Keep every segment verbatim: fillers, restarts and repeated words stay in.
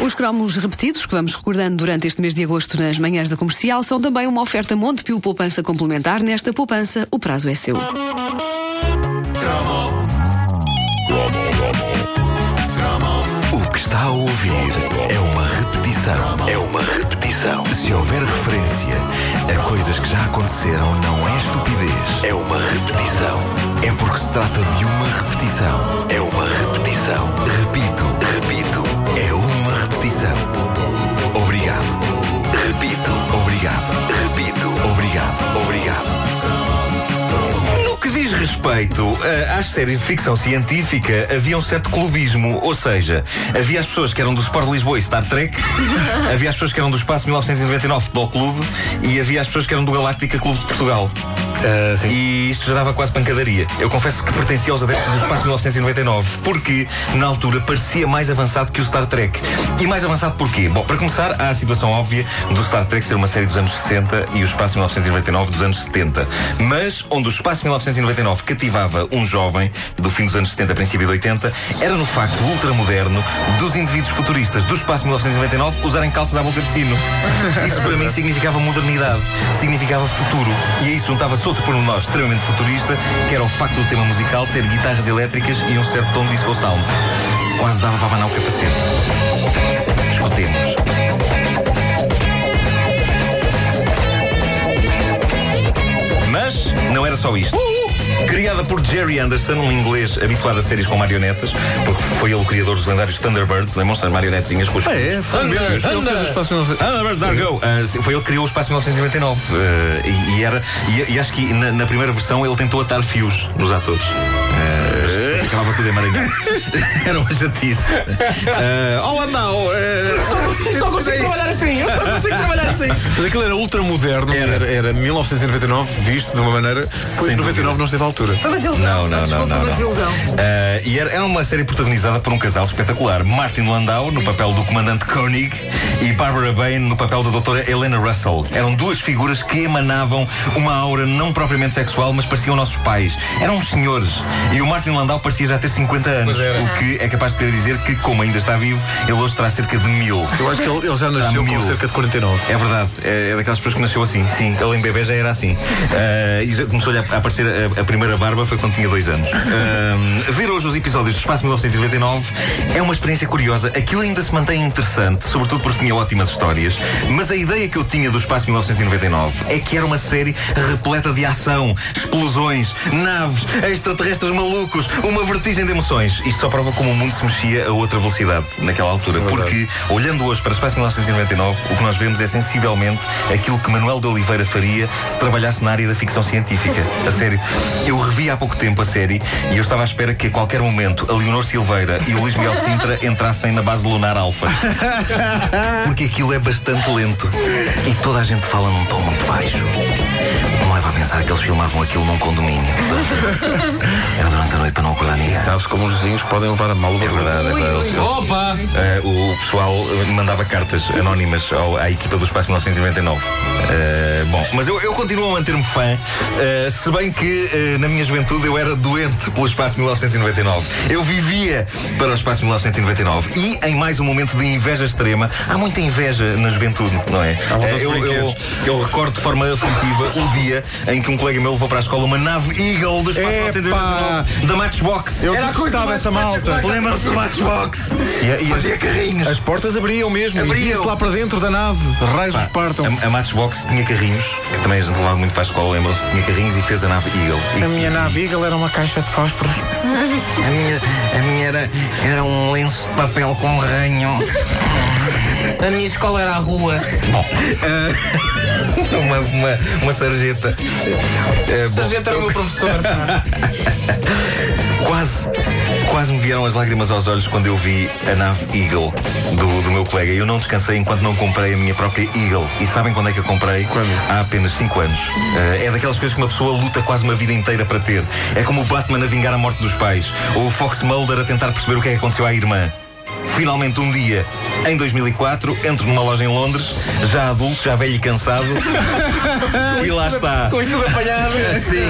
Os cromos repetidos que vamos recordando durante este mês de agosto nas manhãs da Comercial são também uma oferta Montepio Poupança Complementar. Nesta poupança, o prazo é seu. O que está a ouvir é uma repetição. É uma repetição. Se houver referência a coisas que já aconteceram, não é estupidez. É uma repetição. É porque se trata de uma repetição. É uma repetição. Repito, repito. É uma repetição. Obrigado. Repito. Obrigado. Repito. Obrigado. Obrigado. No que diz respeito uh, às séries de ficção científica, havia um certo clubismo. Ou seja, havia as pessoas que eram do Sport Lisboa e Star Trek, havia as pessoas que eram do Espaço mil novecentos e noventa e nove Futebol Clube e havia as pessoas que eram do Galáctica Clube de Portugal. Uh, sim. E isto gerava quase pancadaria. Eu confesso que pertencia aos adeptos do Espaço mil novecentos e noventa e nove, porque, na altura, parecia mais avançado que o Star Trek. E mais avançado porquê? Bom, para começar, há a situação óbvia do Star Trek ser uma série dos anos sessenta e o Espaço mil novecentos e noventa e nove dos anos setenta. Mas, onde o Espaço mil novecentos e noventa e nove cativava um jovem do fim dos anos setenta, princípio de oitenta, era no facto ultramoderno dos indivíduos futuristas do Espaço mil novecentos e noventa e nove usarem calças à boca de sino. Isso para mim significava modernidade, significava futuro. E aí juntava-se outro pormenor extremamente futurista, que era o facto do tema musical ter guitarras elétricas e um certo tom de disco sound. Quase dava para abanar o capacete. Escutemos. Mas não era só isto. Criada por Jerry Anderson, um inglês habituado a séries com marionetas, porque foi ele o criador dos lendários Thunderbirds, lembram-se das marionetezinhas com os ah, é, foi mesmo. Ele fez o Espaço mil novecentos Thunderbirds are go. Uh, foi ele que criou o Espaço mil novecentos e noventa e nove. Uh, e, e, era, e, e acho que na, na primeira versão ele tentou atar fios nos atores. Uh, acabava tudo emaranhado. Era uma chatice. Uh, Olá, não. Uh, só consigo trabalhar assim. Eu só consigo trabalhar assim. Mas aquilo era ultramoderno. Era. Era, era mil novecentos e noventa e nove visto de uma maneira. Pois em noventa e nove não esteve à altura. Foi uma desilusão. Não, não, Desculpa, não, não, foi uma não. desilusão. Uh, e era, era uma série protagonizada por um casal espetacular. Martin Landau, no papel do comandante Koenig, e Barbara Bain, no papel da doutora Helena Russell. Eram duas figuras que emanavam uma aura não propriamente sexual, mas pareciam nossos pais. Eram uns senhores. E o Martin Landau parecia já ter cinquenta anos, o que é capaz de querer dizer que, como ainda está vivo, ele hoje terá cerca de mil. Eu acho que ele, ele já nasceu com cerca de quarenta e nove. É verdade, é, é daquelas pessoas que nasceu assim. Sim, ele em bebê já era assim. Uh, e já começou-lhe a aparecer a, a primeira barba foi quando tinha dois anos. Uh, ver hoje os episódios do Espaço mil novecentos e noventa e nove é uma experiência curiosa. Aquilo ainda se mantém interessante, sobretudo porque tinha ótimas histórias, mas a ideia que eu tinha do Espaço mil novecentos e noventa e nove é que era uma série repleta de ação, explosões, naves, extraterrestres malucos, uma vertigem de emoções. Isto só prova como o mundo se mexia a outra velocidade naquela altura. É porque, olhando hoje para o Espaço mil novecentos e noventa e nove, o que nós vemos é sensivelmente aquilo que Manuel de Oliveira faria se trabalhasse na área da ficção científica. A sério. Eu revi há pouco tempo a série e eu estava à espera que a qualquer momento a Leonor Silveira e o Luís Miguel Sintra entrassem na base lunar alfa. Porque aquilo é bastante lento e toda a gente fala num tom muito baixo. Não leva a pensar que eles filmavam aquilo num condomínio. Era durante a noite para não acordar ninguém. Sabes como os vizinhos podem levar a mal o É verdade, é verdade. Eles, Opa! Uh, o pessoal mandava cartas anónimas ao, à equipa do Espaço mil novecentos e noventa e nove. Uh, bom, mas eu, eu continuo a manter-me fã, uh, se bem que uh, na minha juventude eu era doente pelo Espaço mil novecentos e noventa e nove. Eu vivia para o Espaço mil novecentos e noventa e nove e em mais um momento de inveja extrema. Há muita inveja na juventude, não é? Uh, eu, eu, eu recordo de forma aflitiva o dia em que um colega meu levou para a escola uma nave Eagle do Espaço mil novecentos e noventa e nove da Matchbox. Eu gostava essa malta. Lembra-se do Matchbox? E, e fazia carrinhos. As portas abriam mesmo. Abriam-se lá para dentro da nave. Raios os partam. A, a Matchbox tinha carrinhos, que também a gente levava muito para a escola, lembram-se? Tinha carrinhos e fez a nave Eagle. E, a minha nave Eagle era uma caixa de fósforos. A minha, a minha era, era um lenço de papel com ranho. A minha escola era a rua. Bom, uh, uma, uma, uma sarjeta. Uh, sarjeta era o meu professor. Quase, quase me vieram as lágrimas aos olhos quando eu vi a nave Eagle do, do meu colega. Eu não descansei enquanto não comprei a minha própria Eagle. E sabem quando é que eu comprei? Quando? Há apenas cinco anos. Uh, é daquelas coisas que uma pessoa luta quase uma vida inteira para ter. É como o Batman a vingar a morte dos pais. Ou o Fox Mulder a tentar perceber o que é que aconteceu à irmã. Finalmente, um dia, em dois mil e quatro, entro numa loja em Londres, já adulto, já velho e cansado, e lá está. Com isto tudo apanhado. Sim.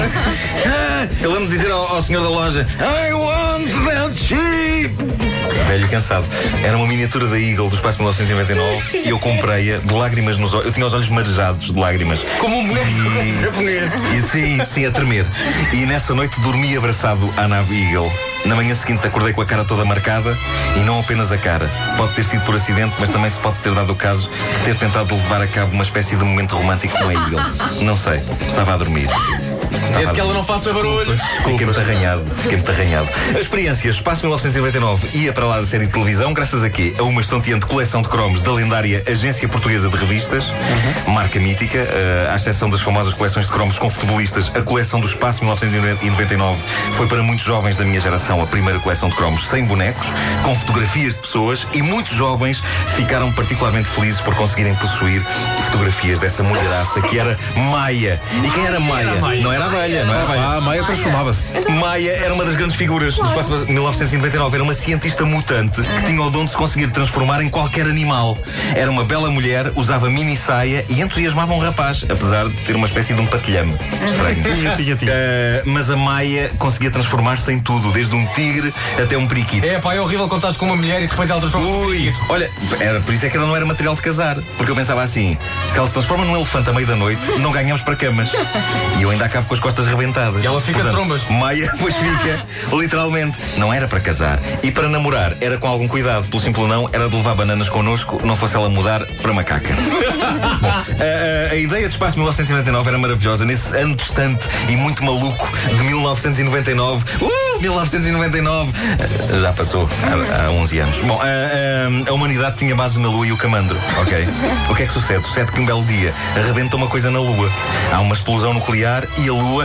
Ah, eu lembro de dizer ao, ao senhor da loja: I want that sheep. Velho e cansado. Era uma miniatura da Eagle do Espaço mil novecentos e noventa e nove e eu comprei-a de lágrimas nos olhos. Eu tinha os olhos marejados de lágrimas. Como um boneco E- japonês. E sim, sim, a tremer. E nessa noite dormi abraçado à nave Eagle. Na manhã seguinte acordei com a cara toda marcada e não apenas a cara. Pode ter sido por acidente, mas também se pode ter dado o caso de ter tentado levar a cabo uma espécie de momento romântico com a Eagle. Não sei, estava a dormir. Desde que ela não faça barulho. Fiquei muito arranhado, fiquei muito arranhado. A experiência Espaço mil novecentos e noventa e nove ia para lá da série de televisão, graças a quê? A uma estonteante coleção de cromos da lendária Agência Portuguesa de Revistas, uhum. marca mítica, uh, à exceção das famosas coleções de cromos com futebolistas, a coleção do Espaço mil novecentos e noventa e nove foi para muitos jovens da minha geração a primeira coleção de cromos sem bonecos, com fotografias de pessoas, e muitos jovens ficaram particularmente felizes por conseguirem possuir fotografias dessa mulheraça que era Maia. E quem era Maia? Não era a abelha, não era a abelha. Ah, a Maia transformava-se. Maia era uma das grandes figuras do Espaço mil novecentos e noventa e nove. Era uma cientista mutante que tinha o dom de se conseguir transformar em qualquer animal. Era uma bela mulher, usava mini saia e entusiasmava um rapaz, apesar de ter uma espécie de um patilhame. Estranho. Tinha, tinha, tinha. Uh, mas a Maia conseguia transformar-se em tudo, desde um tigre até um periquito. É pá, é horrível quando estás com uma mulher e de repente ela transforma-se num Ui, periquito. olha, era, por isso é que ela não era material de casar. Porque eu pensava assim: se ela se transforma num elefante à meia da noite, não ganhamos para camas. E eu ainda acabo com as costas rebentadas. E ela fica de trombas. Maia, pois fica, literalmente. Não era para casar. E para namorar, era com algum cuidado. Pelo simples não, era de levar bananas connosco, não fosse ela mudar para macaca. Bom, a, a, a ideia de Espaço mil novecentos e noventa e nove era maravilhosa. Nesse ano distante e muito maluco de mil novecentos e noventa e nove. Uh, mil novecentos e noventa e nove! Uh, já passou há, há onze anos. Bom, a, a, a humanidade tinha base na Lua e o camandro, ok? O que é que sucede? Sucede que um belo dia arrebenta uma coisa na Lua. Há uma explosão nuclear e a Lua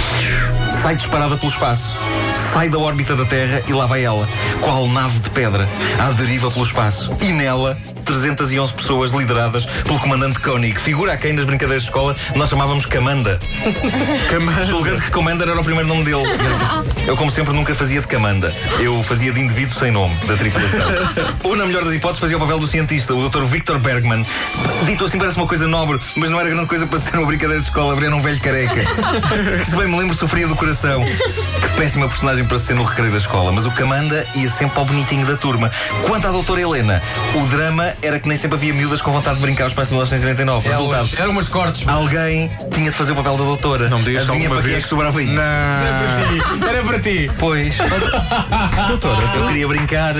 sai disparada pelo espaço. Sai da órbita da Terra e lá vai ela, qual nave de pedra, à deriva pelo espaço. E nela, trezentas e onze pessoas lideradas pelo comandante Koenig, figura a quem nas brincadeiras de escola nós chamávamos Camanda. Camanda. Julgando que Commander era o primeiro nome dele. Eu, como sempre, nunca fazia de Camanda. Eu fazia de indivíduo sem nome, da tripulação. Ou, na melhor das hipóteses, fazia o papel do cientista, o doutor Victor Bergman. Dito assim parece uma coisa nobre, mas não era grande coisa para ser uma brincadeira de escola, era um velho careca. Que, se bem me lembro, sofria do coração. Que péssima personagem para ser no recreio da escola. Mas o Camanda ia sempre ao bonitinho da turma. Quanto à doutora Helena, o drama era que nem sempre havia miúdas com vontade de brincar ao Espaço mil novecentos e noventa e nove. Resultado: Eram umas cortes. alguém tinha de fazer o papel da doutora. Não me digas que Adivinha alguma para quem é vez. que sobrava isso? Era para Não. ti. Era para ti. Pois, Doutora, eu queria brincar.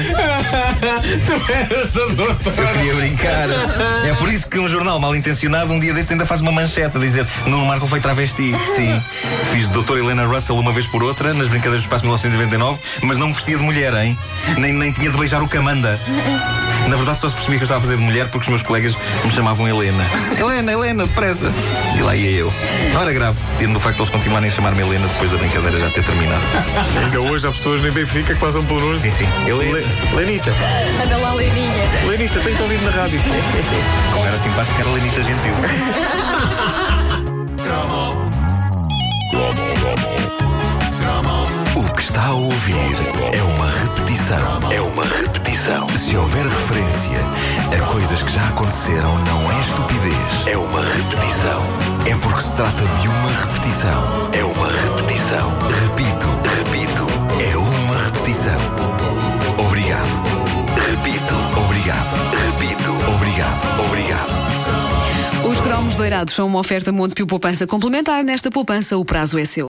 Tu eras a doutora. Eu queria brincar. É por isso que um jornal mal intencionado um dia desse ainda faz uma manchete a dizer: Nuno Marco foi travesti. Sim, fiz de doutora Helena Russell uma vez por outra nas brincadeiras do Espaço mil novecentos e noventa e nove, mas não me vestia de mulher, hein? Nem, nem tinha de beijar o Camanda. Na verdade, só se percebia que eu estava a fazer de mulher porque os meus colegas me chamavam Helena. Helena, Helena, depressa. E lá ia eu. Não era grave, tendo o facto de eles continuarem a chamar-me Helena depois da brincadeira já ter terminado. ainda hoje há pessoas nem Benfica que passam pelo nome. Sim, sim. Helena. Le- Lenita, Anda lá, Leninha. Lenita, tem que ouvir na rádio. Como era simpática, era Lenita Gentil. O que está a ouvir é uma repetição. É uma repetição. Se houver referência a coisas que já aconteceram, não é estupidez. É uma repetição. É porque se trata de uma repetição. É uma repetição. Repito, repito. É uma repetição. Obrigado. Repito. Obrigado. Repito. Obrigado. Obrigado. Os cromos doirados são uma oferta Montepio Poupança Complementar. Nesta poupança, o prazo é seu.